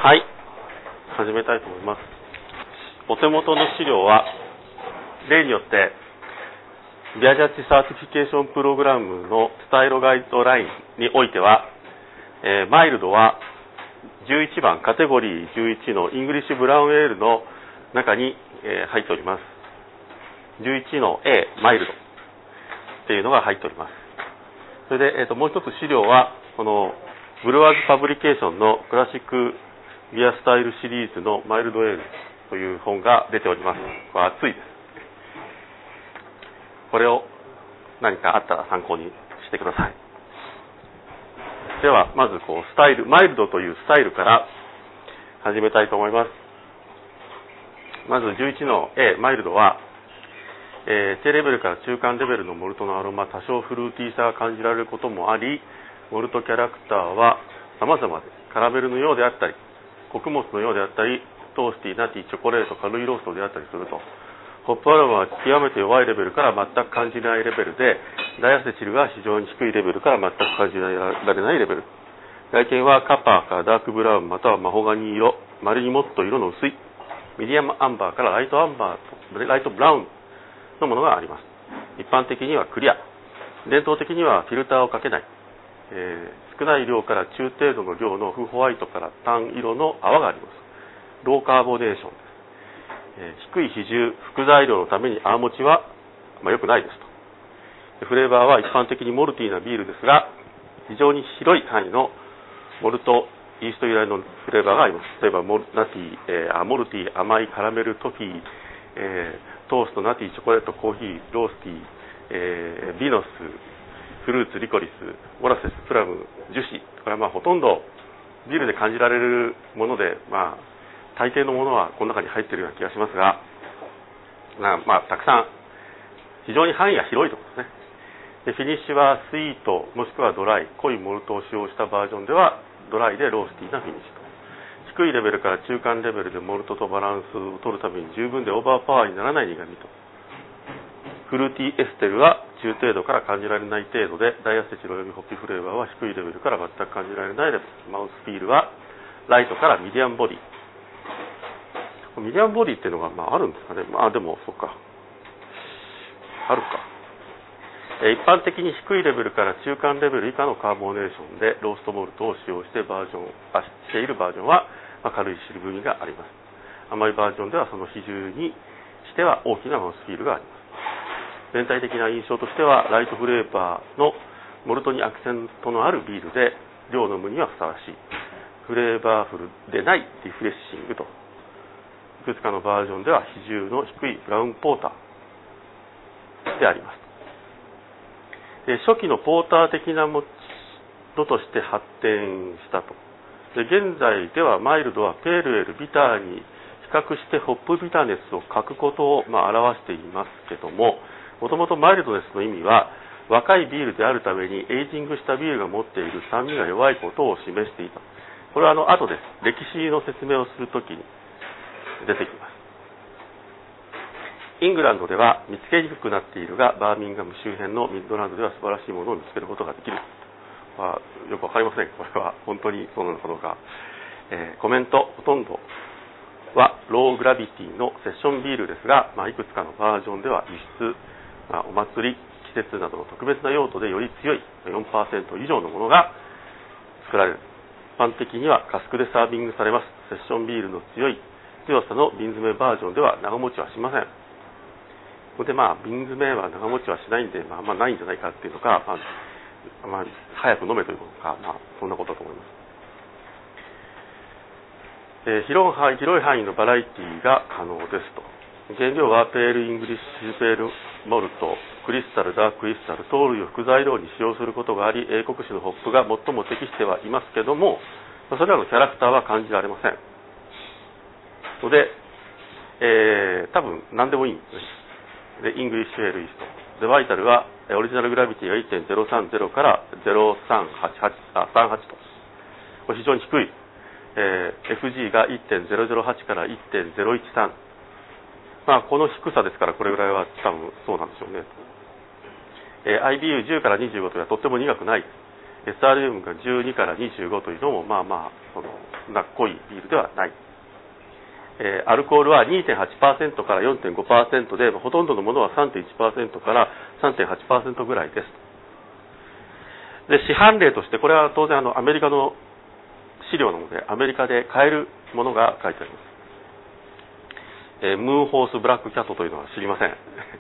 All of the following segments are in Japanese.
はい、始めたいと思います。お手元の資料は例によってビアジャッジサーティフィケーションプログラムのスタイロガイドラインにおいては、マイルドは11番カテゴリー11のイングリッシュブラウンエールの中に、入っております。11の A マイルドっていうのが入っております。それで、もう一つ資料はこのブルワーズパブリケーションのクラシックビアスタイルシリーズのマイルドエールという本が出ております。これ熱いです。これを何かあったら参考にしてください。ではまずスタイル、マイルドというスタイルから始めたいと思います。まず11の A マイルドは、低レベルから中間レベルのモルトのアロマ、多少フルーティーさが感じられることもあり、モルトキャラクターは様々です。カラメルのようであったり、穀物のようであったり、トースティー、ナティ、チョコレート、軽いローストであったりすると。ホップアロマは極めて弱いレベルから全く感じないレベルで、ダイアセチルが非常に低いレベルから全く感じられないレベル。外見はカッパーからダークブラウンまたはマホガニー色、稀にもっと色の薄い、ミディアムアンバーからライトアンバーとライトブラウンのものがあります。一般的にはクリア。伝統的にはフィルターをかけない。少ない量から中程度の量のフホワイトから淡色の泡があります。ローカーボネーションです。低い比重、副材料のために泡持ちは、良くないですと。フレーバーは一般的にモルティーなビールですが、非常に広い範囲のモルト、イースト由来のフレーバーがあります。例えばモルティー、甘いカラメル、トフィー、トースト、ナティ、チョコレート、コーヒー、ロースティー、ビノス、フルーツ、リコリス、モラセス、プラム、樹脂、これはほとんどビールで感じられるもので、大抵のものはこの中に入っているような気がしますが、たくさん、非常に範囲が広いところですね。でフィニッシュはスイートもしくはドライ、濃いモルトを使用したバージョンではドライでロースティーなフィニッシュと。低いレベルから中間レベルでモルトとバランスを取るために十分でオーバーパワーにならない苦味と。フルーティーエステルは中程度から感じられない程度で、ダイアセチルおよびホッピーフレーバーは低いレベルから全く感じられないレベル。マウスフィールはライトからミディアムボディ。ミディアムボディっていうのがあるんですかね。でもそっか、あるか。一般的に低いレベルから中間レベル以下のカーボネーションでローストモルトを使用しているバージョンは、軽い渋みがあります。甘いバージョンではその比重にしては大きなマウスフィールがあります。全体的な印象としてはライトフレーバーのモルトにアクセントのあるビールで、量の無にはふさわしいフレーバーフルでないリフレッシングと。いくつかのバージョンでは比重の低いブラウンポーターであります。初期のポーター的なモドとして発展したと。現在ではマイルドはペールエール、ビターに比較してホップビタネスを欠くことを表していますけども、もともとマイルドネスの意味は若いビールであるためにエイジングしたビールが持っている酸味が弱いことを示していた。これは後で歴史の説明をするときに出てきます。イングランドでは見つけにくくなっているが、バーミンガム周辺のミッドランドでは素晴らしいものを見つけることができる。よくわかりません。これは本当にそうなのかどうか。コメント、ほとんどはローグラビティのセッションビールですが、いくつかのバージョンでは輸出、お祭り、季節などの特別な用途でより強い 4% 以上のものが作られる。一般的にはカスクでサービングされます。セッションビールの強さの瓶詰めバージョンでは長持ちはしません。ここで瓶詰めは長持ちはしないんで、ないんじゃないかっていうのか、早く飲めというのか、そんなことだと思います。広い範囲のバラエティが可能ですと。原料はペールイングリッシュペールモルト、クリスタル、ダーククリスタル、糖類を副材料に使用することがあり、英国種のホップが最も適してはいますけども、それらのキャラクターは感じられませんので、多分何でもいいんですね。でイングリッシュエールイーストでバイタルはオリジナルグラビティが 1.030 から0388と、これ非常に低い、FG が 1.008 から 1.013、この低さですからこれぐらいは多分そうなんでしょうね。IBU10 から25というのはとっても苦くない。 SRM が12から25というのもまあまあ濃いビールではない。アルコールは 2.8% から 4.5% で、ほとんどのものは 3.1% から 3.8% ぐらいです。で、市販例として、これは当然アメリカの資料なので、アメリカで買えるものが書いてあります。ムーンホースブラックキャットというのは知りません。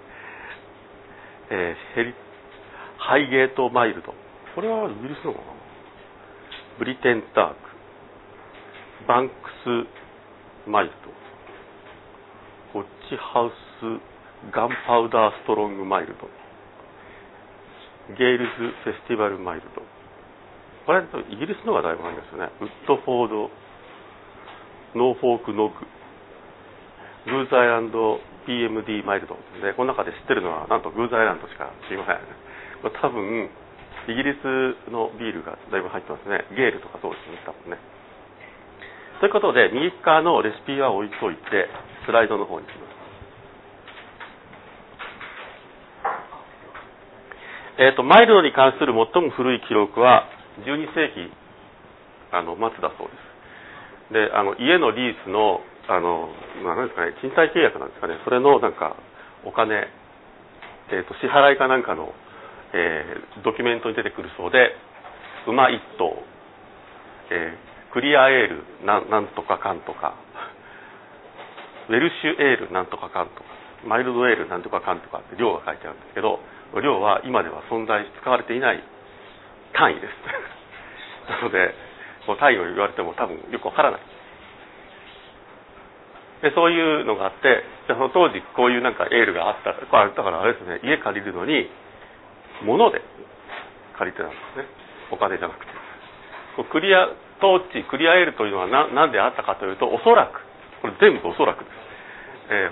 ハイゲートマイルド。これはイギリスのかな。ブリテンダーク。バンクスマイルド。ホッチハウスガンパウダーストロングマイルド。ゲイルズフェスティバルマイルド。これイギリスのがだいぶありますよね。ウッドフォード、ノーフォークノグ、グーズアイランド PMD マイルドで、この中で知ってるのはなんとグーズアイランドしか知りません。これ多分イギリスのビールがだいぶ入ってますね。ゲールとかそうですね、多分ね。ということで右側のレシピは置いといてスライドの方に行きます。マイルドに関する最も古い記録は12世紀末だそうです。で、家のリースの何ですかね、賃貸契約なんですかね、それのなんかお金、支払いかなんかの、ドキュメントに出てくるそうで、馬1頭、クリアエールなんとかかんとか、ウェルシュエールなんとかかんとか、マイルドエールなんとかかんとかって量が書いてあるんですけど、量は今では使われていない単位です。なので、単位を言われても多分よくわからない。でそういうのがあって、その当時こういうなんかエールがあった、だからあれですね、家借りるのに物で借りてたんですね、お金じゃなくて。当地クリアエールというのは何であったかというと、おそらくこれ全部おそらくです、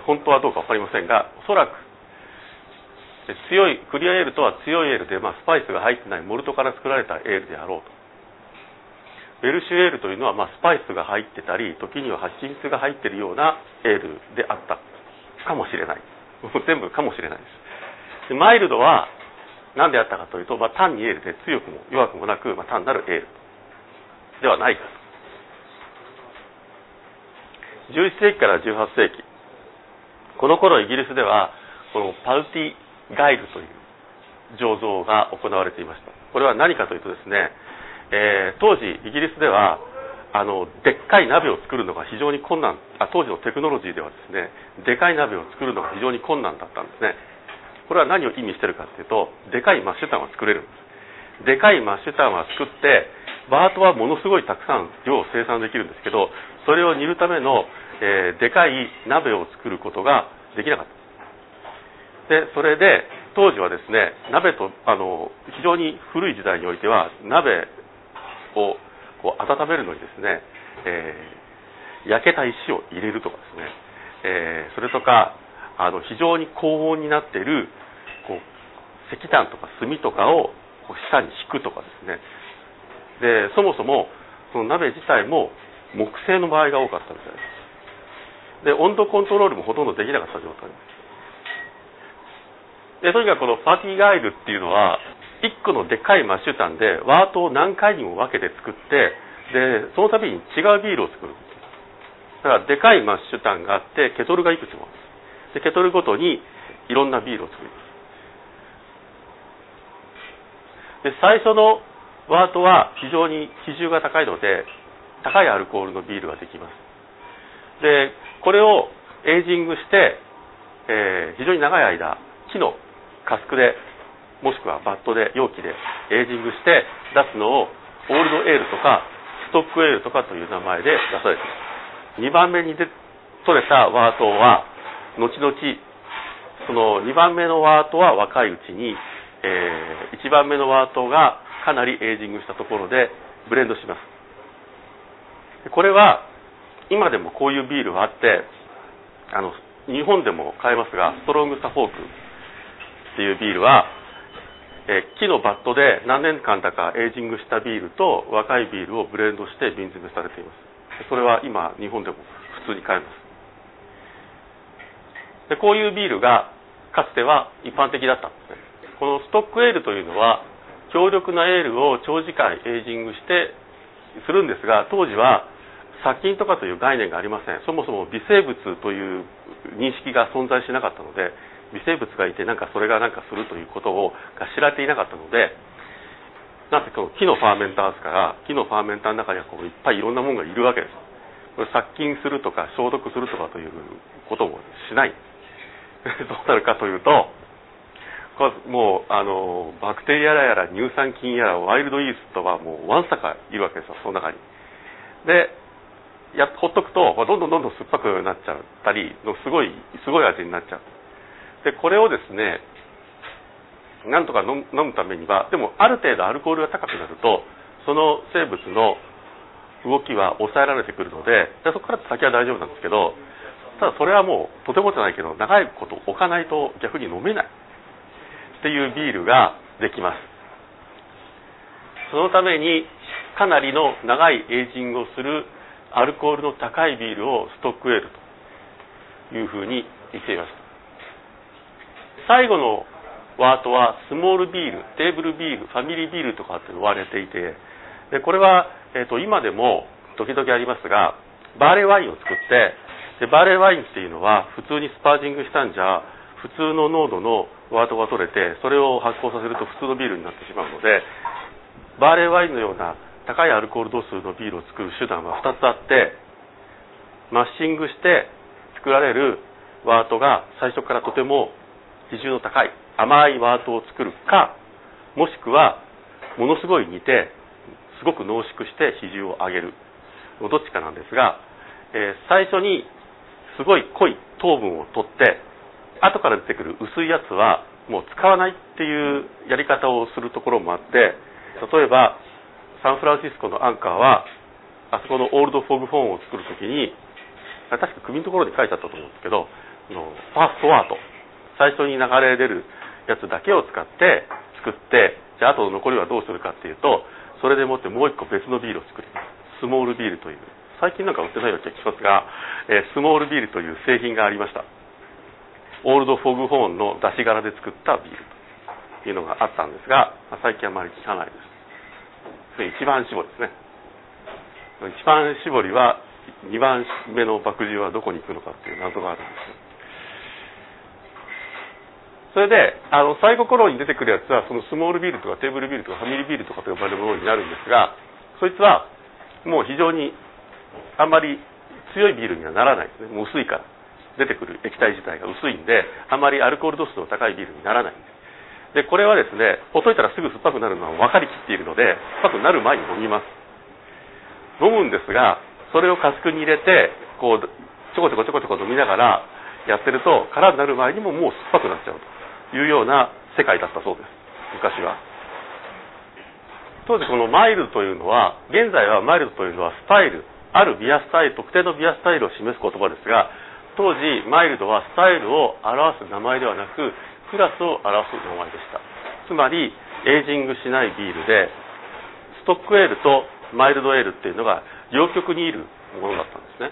本当はどうか分かりませんが、おそらく強いクリアエールとは強いエールで、スパイスが入ってないモルトから作られたエールであろうと。ウェルシュエールというのは、スパイスが入ってたり、時には蜂蜜が入っているようなエールであったかもしれない。全部かもしれないです。でマイルドは何であったかというと、単にエールで強くも弱くもなく、単なるエールではないかと。11世紀から18世紀、この頃イギリスではこのパウティガイルという醸造が行われていました。これは何かというとですね、当時イギリスではでっかい鍋を作るのが非常に困難、当時のテクノロジーではですね、でかい鍋を作るのが非常に困難だったんですね。これは何を意味しているかというと、でかいマッシュタンは作れるんです。でかいマッシュタンは作って、バートはものすごいたくさん量を生産できるんですけど、それを煮るための、でかい鍋を作ることができなかった。でそれで当時はですね、鍋と非常に古い時代においては鍋を温めるのにですね、焼けた石を入れるとかですね、それとか非常に高温になっている石炭とか炭とかを下に敷くとかですね。でそもそもその鍋自体も木製の場合が多かったみたいです。で温度コントロールもほとんどできなかった状態です。でとにかくこのパーティーガイルっていうのは1個のでっかいマッシュタンでワートを何回にも分けて作って、でその度に違うビールを作る。だからでかいマッシュタンがあってケトルがいくつもある。でケトルごとにいろんなビールを作ります。で最初のワートは非常に比重が高いので高いアルコールのビールができます。でこれをエイジングして、非常に長い間木のカスクでもしくはバットで容器でエイジングして出すのをオールドエールとかストックエールとかという名前で出されています。2番目に取れたワートは後々その2番目のワートは若いうちに、1番目のワートがかなりエイジングしたところでブレンドします。これは今でもこういうビールがあって日本でも買えますが、ストロングサフォークっていうビールは木のバットで何年間だかエイジングしたビールと若いビールをブレンドして瓶詰めされています。それは今日本でも普通に買えます。でこういうビールがかつては一般的だったんですね。このストックエールというのは強力なエールを長時間エイジングしてするんですが、当時は殺菌とかという概念がありません。そもそも微生物という認識が存在しなかったので、微生物がいてそれがするということが知られていなかったので、なんてこの木のファーメンターですから、木のファーメンターの中にはこういっぱいいろんなものがいるわけです。これ殺菌するとか消毒するとかということもしない。どうなるかというと、もうバクテリアやら乳酸菌やらワイルドイーストはもうわんさかいるわけですよ、その中に。で、ほっとくとどんどん酸っぱくなっちゃったりのすごい味になっちゃう。で、これをですね、なんとか飲むためには、でもある程度アルコールが高くなると、その生物の動きは抑えられてくるので、そこから先は大丈夫なんですけど、ただそれはもうとてもじゃないけど、長いこと置かないと逆に飲めないっていうビールができます。そのためにかなりの長いエイジングをするアルコールの高いビールをストックエールというふうに言っています。最後のワートはスモールビール、テーブルビール、ファミリービールとかって言われていて、でこれは、今でも時々ありますが、バーレーワインを作って、でバーレーワインっていうのは普通にスパージングしたんじゃ普通の濃度のワートが取れて、それを発酵させると普通のビールになってしまうので、バーレーワインのような高いアルコール度数のビールを作る手段は2つあって、マッシングして作られるワートが最初からとても比重の高い甘いワートを作るか、もしくはものすごい煮てすごく濃縮して比重を上げる、どっちかなんですが、最初にすごい濃い糖分を取って後から出てくる薄いやつはもう使わないっていうやり方をするところもあって、例えばサンフランシスコのアンカーはあそこのオールドフォグフォーンを作るときに、確か首のところに書いてあったと思うんですけど、ファーストワート、最初に流れ出るやつだけを使って作って、じゃああとの残りはどうするかっていうと、それでもってもう一個別のビールを作ります。スモールビールという、最近売ってないような気がしますが、スモールビールという製品がありました。オールドフォグホーンの出し殻で作ったビールというのがあったんですが、最近あまり聞かないです。一番搾りですね。一番搾りは2番目の麦汁はどこに行くのかっていう謎があるんですよ。それで最後頃に出てくるやつはそのスモールビールとかテーブルビールとかファミリービールとかと呼ばれるものになるんですが、そいつはもう非常にあんまり強いビールにはならないですね。もう薄いから、出てくる液体自体が薄いんで、あまりアルコール度数の高いビールにならないんです。でこれはですね、ほっといたらすぐ酸っぱくなるのは分かりきっているので、酸っぱくなる前に飲みます。飲むんですが、それをカスクに入れてこうちょこちょこ飲みながらやってると、空になる前にももう酸っぱくなっちゃうというような世界だったそうです、昔は。当時このマイルドというのは、現在はマイルドというのはスタイル、あるビアスタイル、特定のビアスタイルを示す言葉ですが、当時マイルドはスタイルを表す名前ではなくクラスを表す名前でした。つまりエイジングしないビールで、ストックエールとマイルドエールっていうのが両極にいるものだったんですね。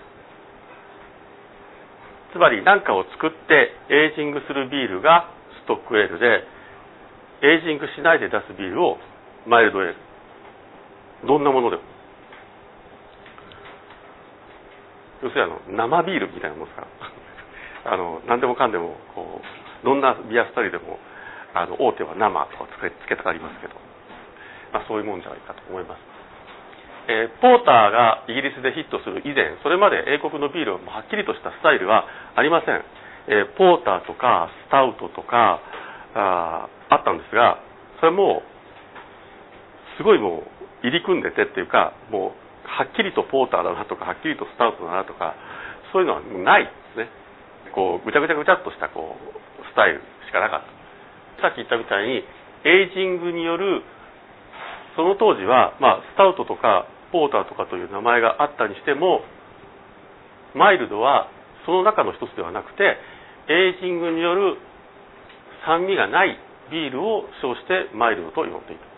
つまり何かを作ってエイジングするビールがストックエールで、エイジングしないで出すビールをマイルドエール。どんなものでも、要するに生ビールみたいなものですから何でもかんでもこうどんなビアスタイルでも大手は生とかつけたがりますけど、そういうもんじゃないかと思います。ポーターがイギリスでヒットする以前、それまで英国のビールははっきりとしたスタイルはありません。ポーターとかスタウトとかあったんですが、それもすごいもう入り組んでてっていうか、もうはっきりとポーターだなとか、はっきりとスタウトだなとか、そういうのはないですね。こうぐちゃぐちゃっとしたこうスタイルしかなかった。さっき言ったみたいにエイジングによる、その当時はスタウトとかポーターとかという名前があったにしても、マイルドはその中の一つではなくて、エイジングによる酸味がないビールを称してマイルドと呼んでいた。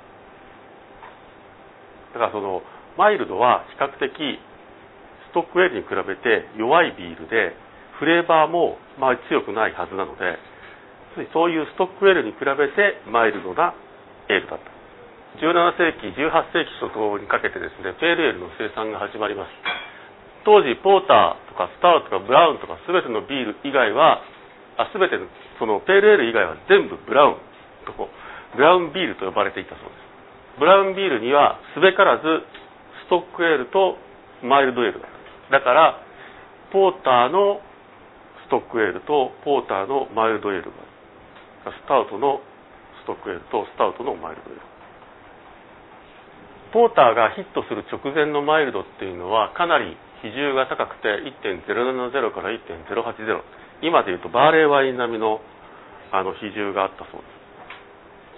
だからそのマイルドは比較的ストックエールに比べて弱いビールで、フレーバーも強くないはずなので、そういうストックエールに比べてマイルドなエールだった。 17世紀、18世紀初頭にかけてですね、ペールエールの生産が始まります。当時、ポーターとかスタウトとかブラウンとか全てのビール以外は、全てのそのペールエール以外は全部ブラウンとブラウンビールと呼ばれていたそうです。ブラウンビールにはすべからずストックエールとマイルドエールだから、ポーターのストックエールとポーターのマイルドエールが、スタウトのストックエールとスタウトのマイルドエール。ポーターがヒットする直前のマイルドっていうのはかなり比重が高くて 1.070 から 1.080、 今でいうとバーレーワイン並みの比重があったそうです。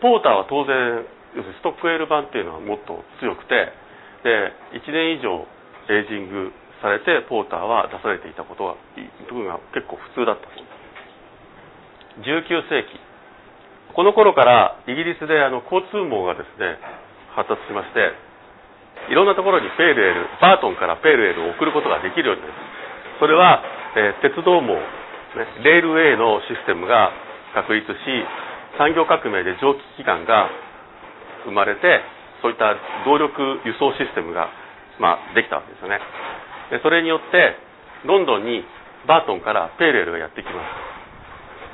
ポーターは当然要するにストックエール版っていうのはもっと強くて、で1年以上エイジングされてポーターは出されていたことが結構普通だったそうです。19世紀、この頃からイギリスで交通網がですね発達しまして、いろんなところにペールエール、バートンからペールエールを送ることができるようになります。それは、鉄道網、レールウェイのシステムが確立し、産業革命で蒸気機関が生まれて、そういった動力輸送システムが、できたわけですよね。でそれによってロンドンにバートンからペールエールがやってきます。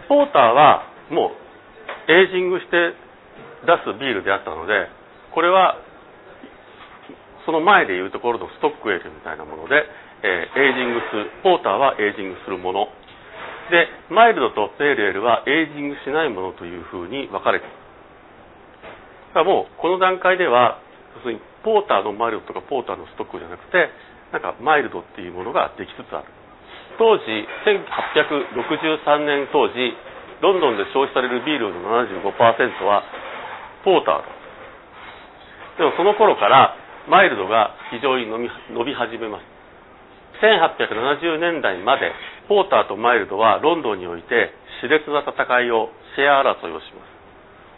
ポーターはもうエイジングして出すビールであったので、これはその前でいうところのストックエールみたいなもので、エイジングする、ポーターはエイジングするもので、マイルドとペールエールはエイジングしないものというふうに分かれている。だからもうこの段階では要するにポーターのマイルドとかポーターのストックじゃなくて、なんかマイルドっていうものができつつある。当時1863年当時ロンドンで消費されるビールの 75% はポーターだ。でもその頃からマイルドが非常に伸び始めます。1870年代までポーターとマイルドはロンドンにおいて熾烈な戦いを、シェア争いをします。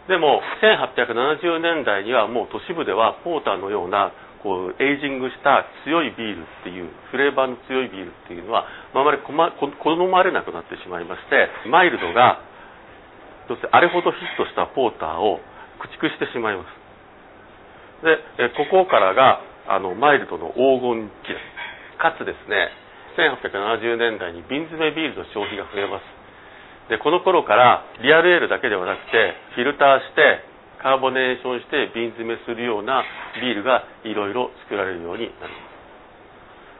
でも1870年代にはもう都市部ではポーターのようなエイジングした強いビールっていうフレーバーの強いビールっていうのはあまり好まれなくなってしまいまして、マイルドがどうせあれほどヒットしたポーターを駆逐してしまいます。でここからがマイルドの黄金期です。かつですね、1870年代に瓶詰めビールの消費が増えます。でこの頃からリアルエールだけではなくてフィルターしてカーボネーションして瓶詰めするようなビールがいろいろ作られるようになります。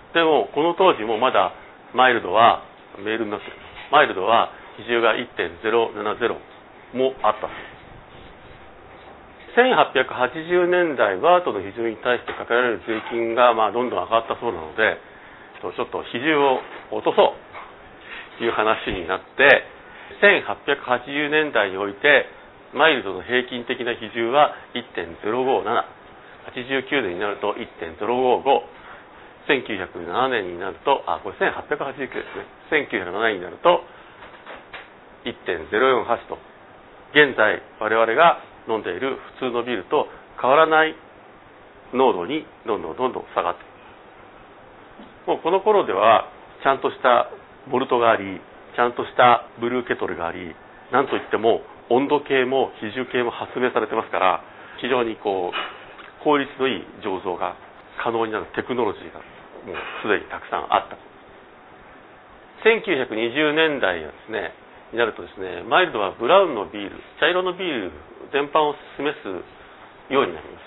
でもこの当時もまだマイルドはメールになっている。マイルドは比重が 1.070 もあった。1880年代バートの比重に対してかけられる税金がどんどん上がったそうなので、ちょっと比重を落とそうという話になって、1880年代においてマイルドの平均的な比重は 1.057、 89年になると 1.055、 1907年になるとこれ1889ですね、1907年になると 1.048 と、現在我々が飲んでいる普通のビールと変わらない濃度にどんどん下がっている。もうこの頃ではちゃんとしたボルトがあり、ちゃんとしたブルーケトルがあり、なんといっても温度計も比重計も発明されてますから、非常に効率のいい醸造が可能になるテクノロジーがもうすでにたくさんあった。1920年代ですねになるとですね、マイルドはブラウンのビール、茶色のビール全般を示すようになります。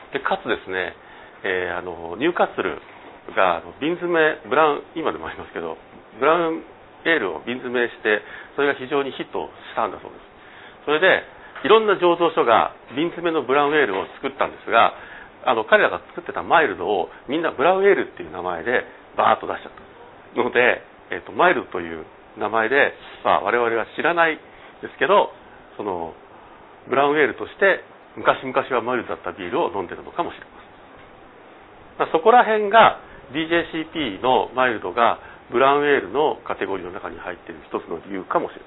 でかつですね、ニューカッスルが瓶詰めブラウン、今でもありますけどブラウンエールを瓶詰めして、それが非常にヒットしたんだそうです。それでいろんな醸造所が瓶詰めのブラウンエールを作ったんですが、彼らが作ってたマイルドをみんなブラウンエールっていう名前でバーッと出しちゃったので、マイルドという名前で、我々は知らないですけど、そのブラウンエールとして昔々はマイルドだったビールを飲んでるのかもしれません。そこら辺が DJCP のマイルドがブラウンエールのカテゴリーの中に入っている一つの理由かもしれ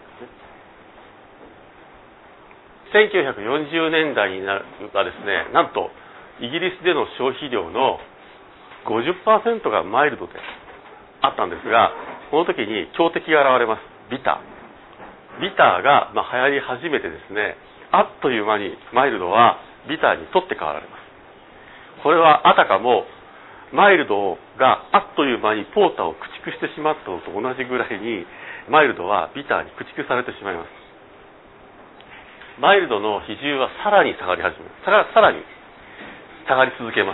ないですね。1940年代になるがですね、なんとイギリスでの消費量の 50% がマイルドであったんですが、この時に強敵が現れます。ビターが流行り始めてですね、あっという間にマイルドはビターに取って代わられます。これはあたかもマイルドがあっという間にポーターを駆逐してしまったのと同じぐらいに、マイルドはビターに駆逐されてしまいます。マイルドの比重はさらに下がり始める。さらに下がり続けます。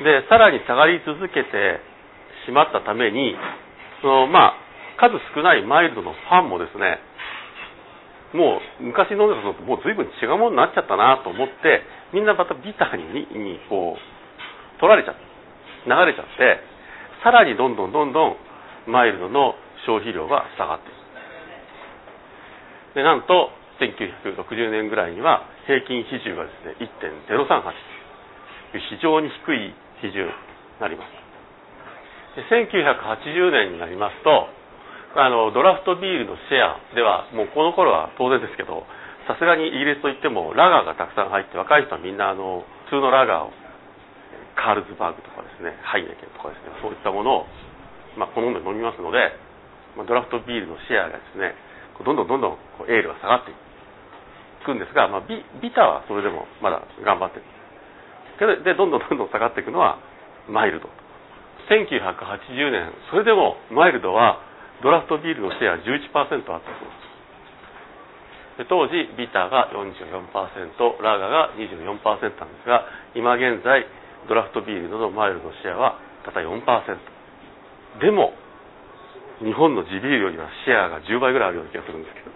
で、さらに下がり続けてしまったために、数少ないマイルドのファンもですね、もう昔飲んでたのともう随分違うものになっちゃったなと思って、みんなまたビターにこう取られちゃって、流れちゃって、さらにどんどんマイルドの消費量が下がっていく。で、なんと1960年ぐらいには平均比重がですね 1.038 という非常に低い比重になります。で、1980年になりますと、ドラフトビールのシェアでは、もうこの頃は当然ですけど、さすがにイギリスといってもラガーがたくさん入って、若い人はみんな普通のラガーを、カールズバーグとかですね、ハイネケンとかですね、そういったものを、好んで飲みますので、ドラフトビールのシェアがですね、どんどんエールが下がっていくんですが、ビターはそれでもまだ頑張っている。で、どんどん下がっていくのはマイルド。1980年、それでもマイルドはドラフトビールのシェア 11% あったそうです。で、当時ビターが 44%、ラガーが 24% なんですが、今現在ドラフトビールのマイルドのシェアはたった 4%。でも日本の地ビールよりはシェアが10倍ぐらいあるような気がするんですけど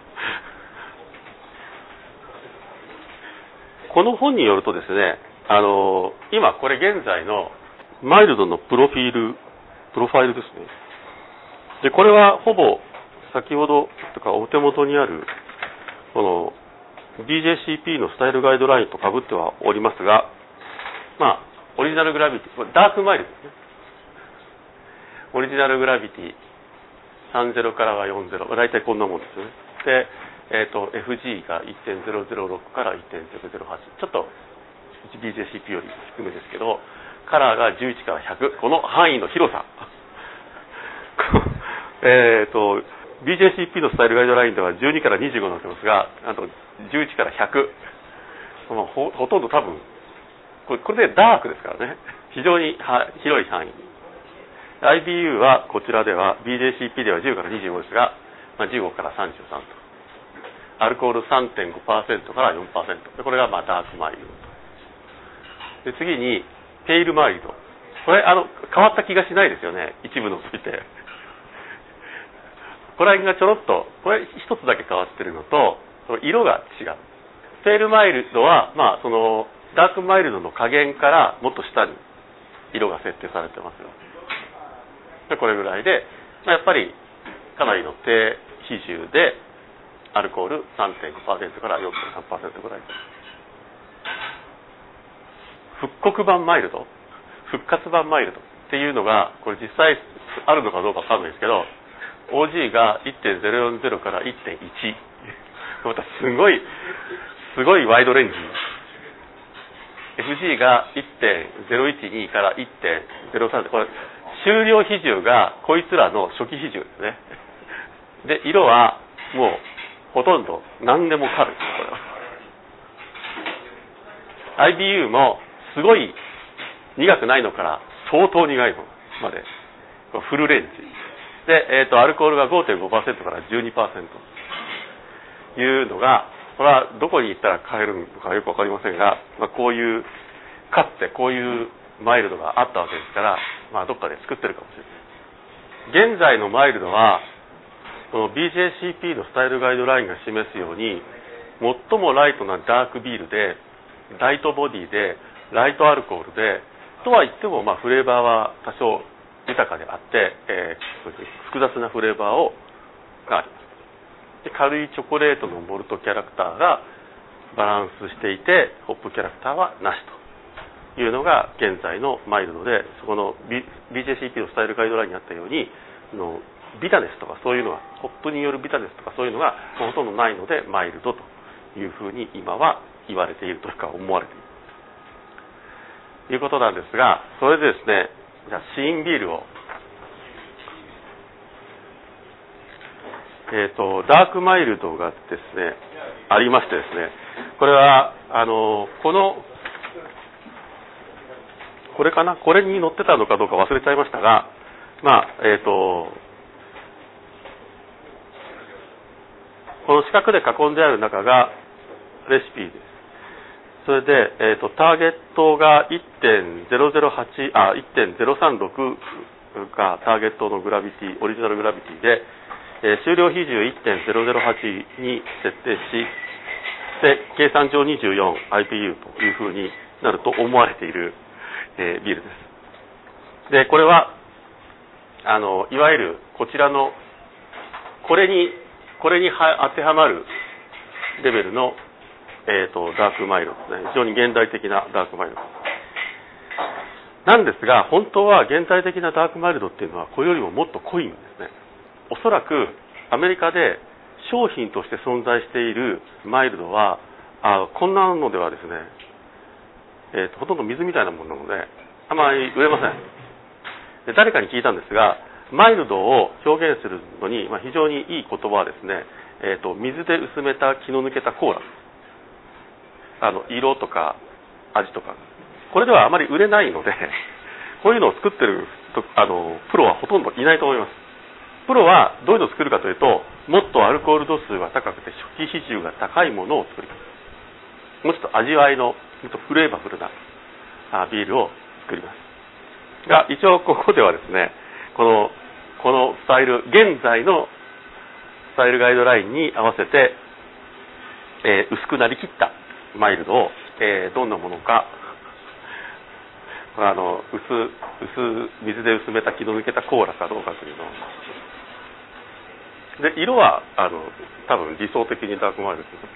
この本によるとですね、今これ現在のマイルドのプロファイルですね。で、これはほぼ先ほどとかお手元にあるこの BJCP のスタイルガイドラインと被ってはおりますが、オリジナルグラビティ、ダークマイルドですね。オリジナルグラビティ30からは40、大体こんなもんですよね。で、FG が 1.006 から 1.008、ちょっと BJCP より低めですけど、カラーが11から100、この範囲の広さBJCP のスタイルガイドラインでは12から25になってますが、あと11から100、ほとんど多分これでダークですからね、非常に広い範囲。IBU はこちらでは BJCP では10から25ですが、15から33と、アルコール 3.5% から 4%、でこれがダークマイルドで、次にペイルマイルド。これ変わった気がしないですよね、一部除いて。これがちょろっと、これ一つだけ変わってるのと、色が違う。ペイルマイルドはそのダークマイルドの加減からもっと下に色が設定されてますよ。でこれぐらいで、やっぱりかなりの低比重でアルコール 3.5% から 4.3% ぐらい。復刻版マイルド、復活版マイルドっていうのがこれ実際あるのかどうかわかんないですけど、 OG が 1.040 から 1.1 またすごいワイドレンジ。 FG が 1.012 から 1.03 で、これ終了比重がこいつらの初期比重ですね。で、色はもうほとんど何でも軽い。これは IBU もすごい苦くないのから相当苦いのまでフルレンジで、アルコールが 5.5% から 12% いうのが、これはどこに行ったら買えるのかよく分かりませんが、こういうかつてこういうマイルドがあったわけですから、どっかで作ってるかもしれない。現在のマイルドはこの BJCP のスタイルガイドラインが示すように、最もライトなダークビールで、ライトボディで、ライトアルコールで、とは言ってもフレーバーは多少豊かであって、複雑なフレーバーがあります。で、軽いチョコレートのモルトキャラクターがバランスしていて、ホップキャラクターはなしというのが現在のマイルドで、そこの BJCP のスタイルガイドラインにあったようにビタネスとかそういうのは、ホップによるビタネスとかそういうのがほとんどないのでマイルドというふうに今は言われているというか思われているということなんですが、それでですね、じゃあ試飲ビールをダークマイルドがですね、ありましてですね、これは、これかな、これに載ってたのかどうか忘れちゃいましたが、この四角で囲んである中がレシピです。それで、ターゲットが 1.036 がターゲットのグラビティ、オリジナルグラビティで、終了比重 1.008 に設定し、で、計算上 24IPU というふうになると思われている、ビールです。で、これは、いわゆるこちらの、これに当てはまるレベルの、ダークマイルドですね。非常に現代的なダークマイルドなんですが、本当は現代的なダークマイルドっていうのはこれよりももっと濃いんですね。おそらくアメリカで商品として存在しているマイルドはこんなのではですね、ほとんど水みたいなものなのであまり売れません。で、誰かに聞いたんですが、マイルドを表現するのに、非常にいい言葉はですね、水で薄めた気の抜けたコーラ、色とか味とか、これではあまり売れないので、こういうのを作ってるプロはほとんどいないと思います。プロはどういうのを作るかというと、もっとアルコール度数が高くて初期比重が高いものを作ります。もうちょっと味わいのもっとフレーバフルなビールを作りますが、一応ここではですね、このスタイル、現在のスタイルガイドラインに合わせて、薄くなりきったマイルドを、どんなものか、水で薄めた気の抜けたコーラかどうかというのを。で、色は多分理想的にダークマイルドということ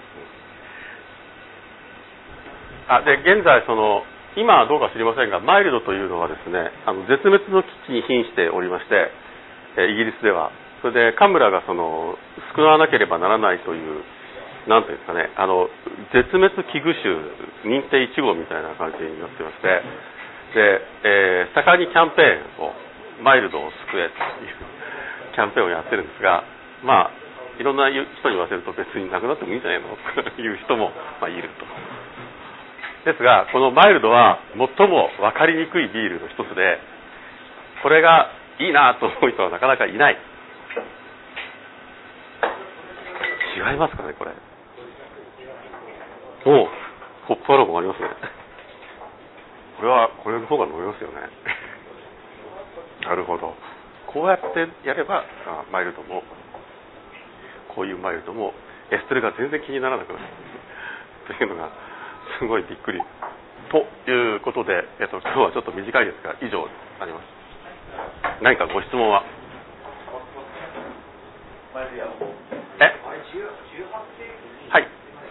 ですね。で、現在今はどうか知りませんが、マイルドというのはですね、絶滅の危機に瀕しておりまして、イギリスでは。それで、カムラが救わなければならないという、なんていうんですかね、絶滅危惧種認定1号みたいな感じになってまして、で、盛んにキャンペーンを、マイルドを救えというキャンペーンをやってるんですが、いろんな人に言わせると別になくなってもいいんじゃないのという人も、いると。ですが、このマイルドは最も分かりにくいビールの一つで、これがいいなと思う人はなかなかいない。違いますかね、これ。ホップアロマもありますね。これの方が飲めますよね。なるほど。こうやってやれば、マイルドも、こういうマイルドも、エステルが全然気にならなくなる。というのが、すごいびっくり。ということで、今日はちょっと短いですが、以上になります。何かご質問は？はい。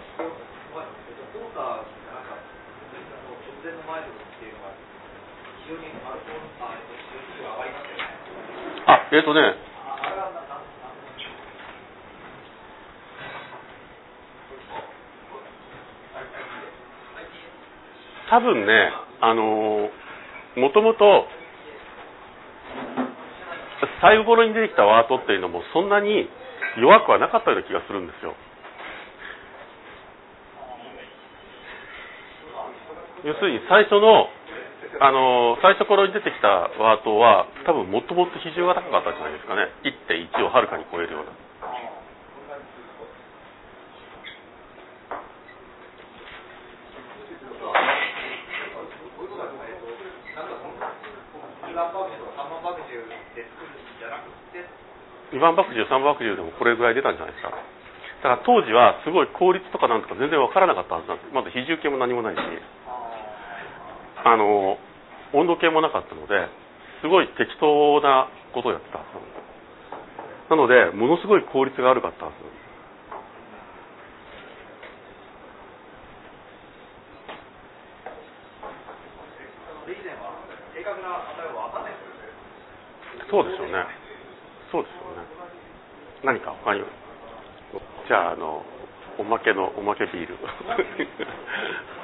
多分ね、もともと最後頃に出てきたワートっていうのもそんなに弱くはなかったような気がするんですよ。要するに最初頃に出てきたワートは多分もっともっと比重が高かったんじゃないですかね。 1.1 をはるかに超えるような。2番麦汁、3番麦汁でもこれぐらい出たんじゃないですか。だから当時はすごい効率とかなんとか全然わからなかったはずなんです。まず比重計も何もないし、温度計もなかったので、すごい適当なことをやってたはずなので、ものすごい効率が悪かったはず。そうですよね。そうですよね。何か他に、じゃあおまけビール